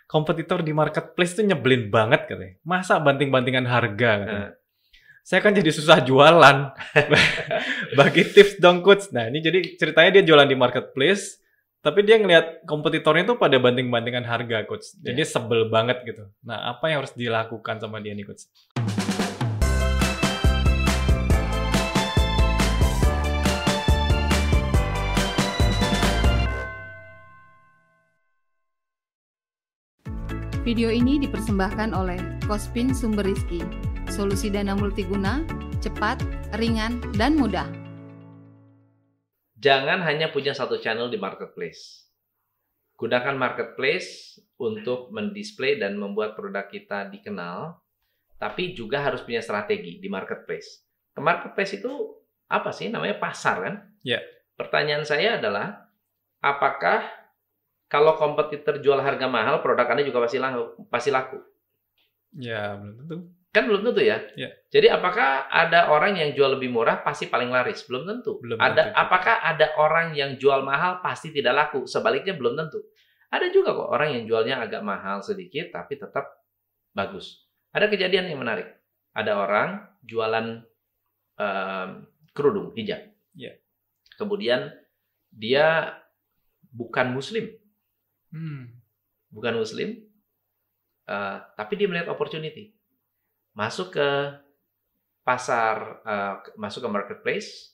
kompetitor di marketplace tuh nyebelin banget katanya. Masa banting-bantingan harga katanya. Saya kan jadi susah jualan. Bagi tips dong coach. Nah ini jadi ceritanya dia jualan di marketplace, tapi dia ngelihat kompetitornya tuh pada banting-bantingan harga coach. Jadi sebel banget gitu. Nah apa yang harus dilakukan sama dia nih coach? Video ini dipersembahkan oleh Kospin Sumber Rizki, solusi dana multiguna, cepat, ringan, dan mudah. Jangan hanya punya satu channel di marketplace. Gunakan marketplace untuk mendisplay dan membuat produk kita dikenal, tapi juga harus punya strategi di marketplace. Ke marketplace itu apa sih? Namanya pasar kan? Ya. Pertanyaan saya adalah, apakah kalau kompetitor jual harga mahal, produk Anda juga pasti laku? Ya, belum tentu. Kan belum tentu ya? Ya. Jadi apakah ada orang yang jual lebih murah pasti paling laris? Belum tentu. Belum tentu. Apakah ada orang yang jual mahal pasti tidak laku? Sebaliknya belum tentu. Ada juga kok orang yang jualnya agak mahal sedikit tapi tetap bagus. Ada kejadian yang menarik. Ada orang jualan kerudung hijab. Ya. Kemudian dia bukan muslim. Bukan muslim, tapi dia melihat opportunity. Masuk ke pasar, masuk ke marketplace,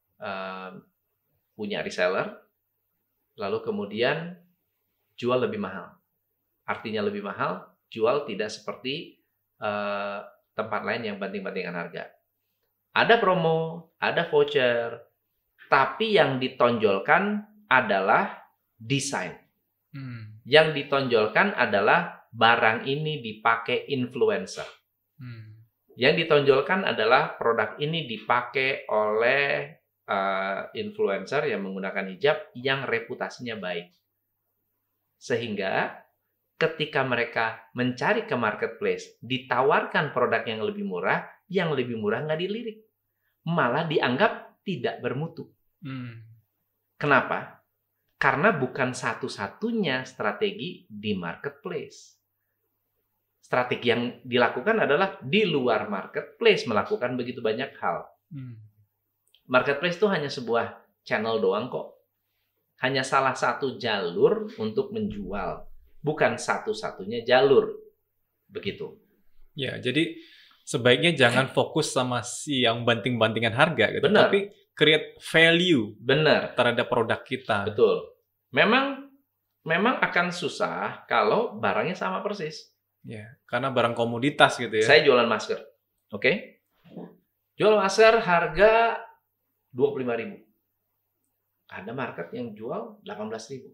punya reseller, lalu kemudian jual lebih mahal. Artinya lebih mahal, jual tidak seperti tempat lain yang banting-bantingan harga. Ada promo, ada voucher, tapi yang ditonjolkan adalah desain. Yang ditonjolkan adalah barang ini dipakai influencer. Yang ditonjolkan adalah produk ini dipakai oleh influencer yang menggunakan hijab yang reputasinya baik. Sehingga ketika mereka mencari ke marketplace, ditawarkan produk yang lebih murah nggak dilirik. Malah dianggap tidak bermutu. Kenapa? Karena bukan satu-satunya strategi di marketplace. Strategi yang dilakukan adalah di luar marketplace melakukan begitu banyak hal. Marketplace itu hanya sebuah channel doang kok. Hanya salah satu jalur untuk menjual. Bukan satu-satunya jalur. Begitu. Ya, jadi sebaiknya jangan fokus sama si yang banting-bantingan harga gitu. Benar. Tapi create value terhadap produk kita. Betul. Memang akan susah kalau barangnya sama persis. Ya, karena barang komoditas gitu ya. Saya jualan masker. Oke? Jual masker harga 25.000. Ada market yang jual 18.000.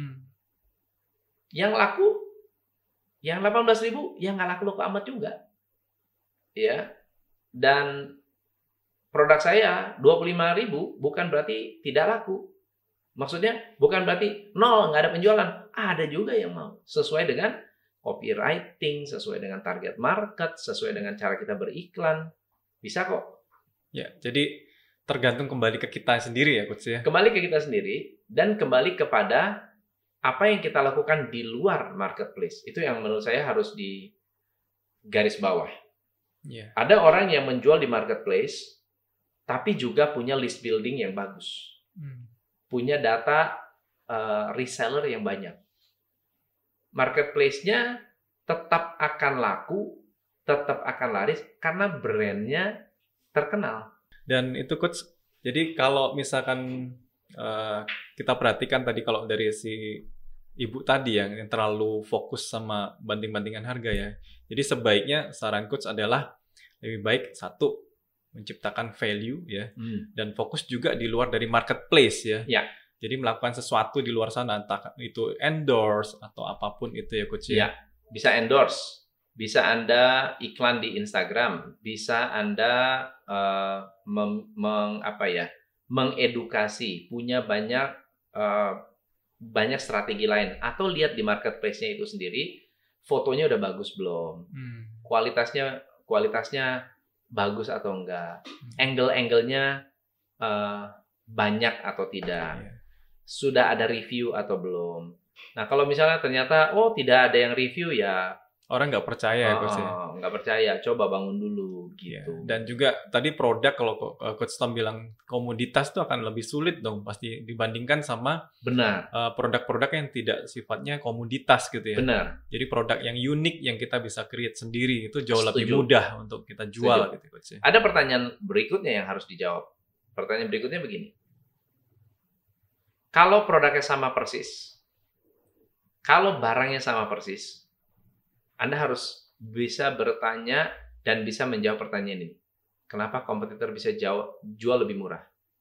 Yang laku yang 18.000 yang nggak laku amat juga. Ya. Dan produk saya 25.000 bukan berarti tidak laku. Maksudnya bukan berarti nol, nggak ada penjualan. Ada juga yang mau. Sesuai dengan copywriting, sesuai dengan target market, sesuai dengan cara kita beriklan. Bisa kok. Ya, jadi tergantung kembali ke kita sendiri ya Coach ya. Kembali ke kita sendiri dan kembali kepada apa yang kita lakukan di luar marketplace. Itu yang menurut saya harus di garis bawah. Ya. Ada orang yang menjual di marketplace tapi juga punya list building yang bagus. Punya data reseller yang banyak. Marketplace-nya tetap akan laku, tetap akan laris, karena brand-nya terkenal. Dan itu Coach, jadi kalau misalkan kita perhatikan tadi kalau dari si ibu tadi yang terlalu fokus sama banting-bantingan harga ya. Jadi sebaiknya saran Coach adalah lebih baik satu, menciptakan value ya, dan fokus juga di luar dari marketplace ya. Jadi melakukan sesuatu di luar sana, entah itu endorse atau apapun itu ya Coach ya. Bisa endorse, bisa Anda iklan di Instagram, bisa Anda mengedukasi, punya banyak strategi lain, atau lihat di marketplace-nya itu sendiri, fotonya udah bagus belum, kualitasnya bagus atau enggak, angle-angle-nya banyak atau tidak, sudah ada review atau belum. Nah, kalau misalnya ternyata tidak ada yang review ya Orang nggak percaya ya Coach ya. nggak percaya, coba bangun dulu Iya. gitu. Dan juga tadi produk kalau Coach Tom bilang komoditas itu akan lebih sulit dong pasti dibandingkan sama Benar, produk-produk yang tidak sifatnya komoditas gitu ya. benar. Jadi produk yang unik yang kita bisa create sendiri itu jauh lebih Setuju. mudah untuk kita jual Setuju. gitu Coach ya. Ada pertanyaan berikutnya yang harus dijawab. Pertanyaan berikutnya begini. Kalau produknya sama persis, kalau barangnya sama persis, Anda harus bisa bertanya dan bisa menjawab pertanyaan ini. Kenapa kompetitor bisa jual lebih murah?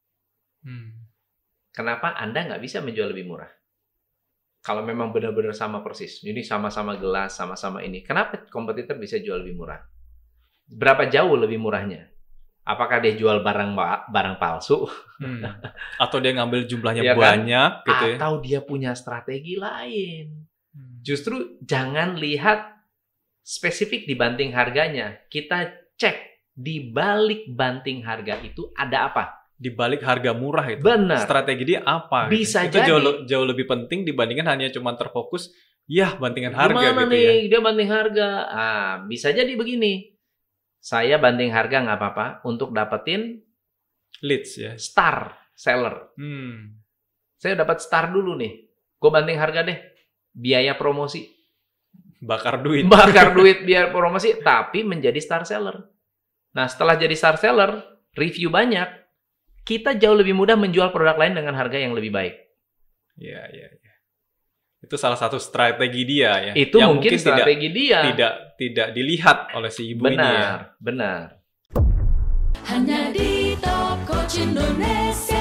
Kenapa Anda nggak bisa menjual lebih murah? Kalau memang benar-benar sama persis, ini sama-sama gelas, sama-sama ini. Kenapa kompetitor bisa jual lebih murah? Berapa jauh lebih murahnya? Apakah dia jual barang palsu? Atau dia ngambil jumlahnya Ya kan? banyak gitu ya. Atau dia punya strategi lain? Justru jangan lihat spesifik di banting harganya. Kita cek di balik banting harga itu ada apa. Di balik harga murah itu. Benar. Strategi dia apa? Bisa gitu. Itu jadi. jauh lebih penting dibandingkan hanya cuma terfokus bantingan harga Gimana gitu nih ya. dia banting harga? Bisa jadi begini. Saya banting harga nggak apa-apa untuk dapetin Leads ya. star seller. Saya dapat star dulu nih. Gue banting harga deh. Biaya promosi. Bakar duit. Bakar duit biar promosi, tapi menjadi star seller. Nah, setelah jadi star seller, review banyak, kita jauh lebih mudah menjual produk lain dengan harga yang lebih baik. Iya. Itu salah satu strategi dia ya. Itu yang mungkin strategi dia. Tidak dilihat oleh si ibu ini ya. Benar. Hanya di Top Coach Indonesia.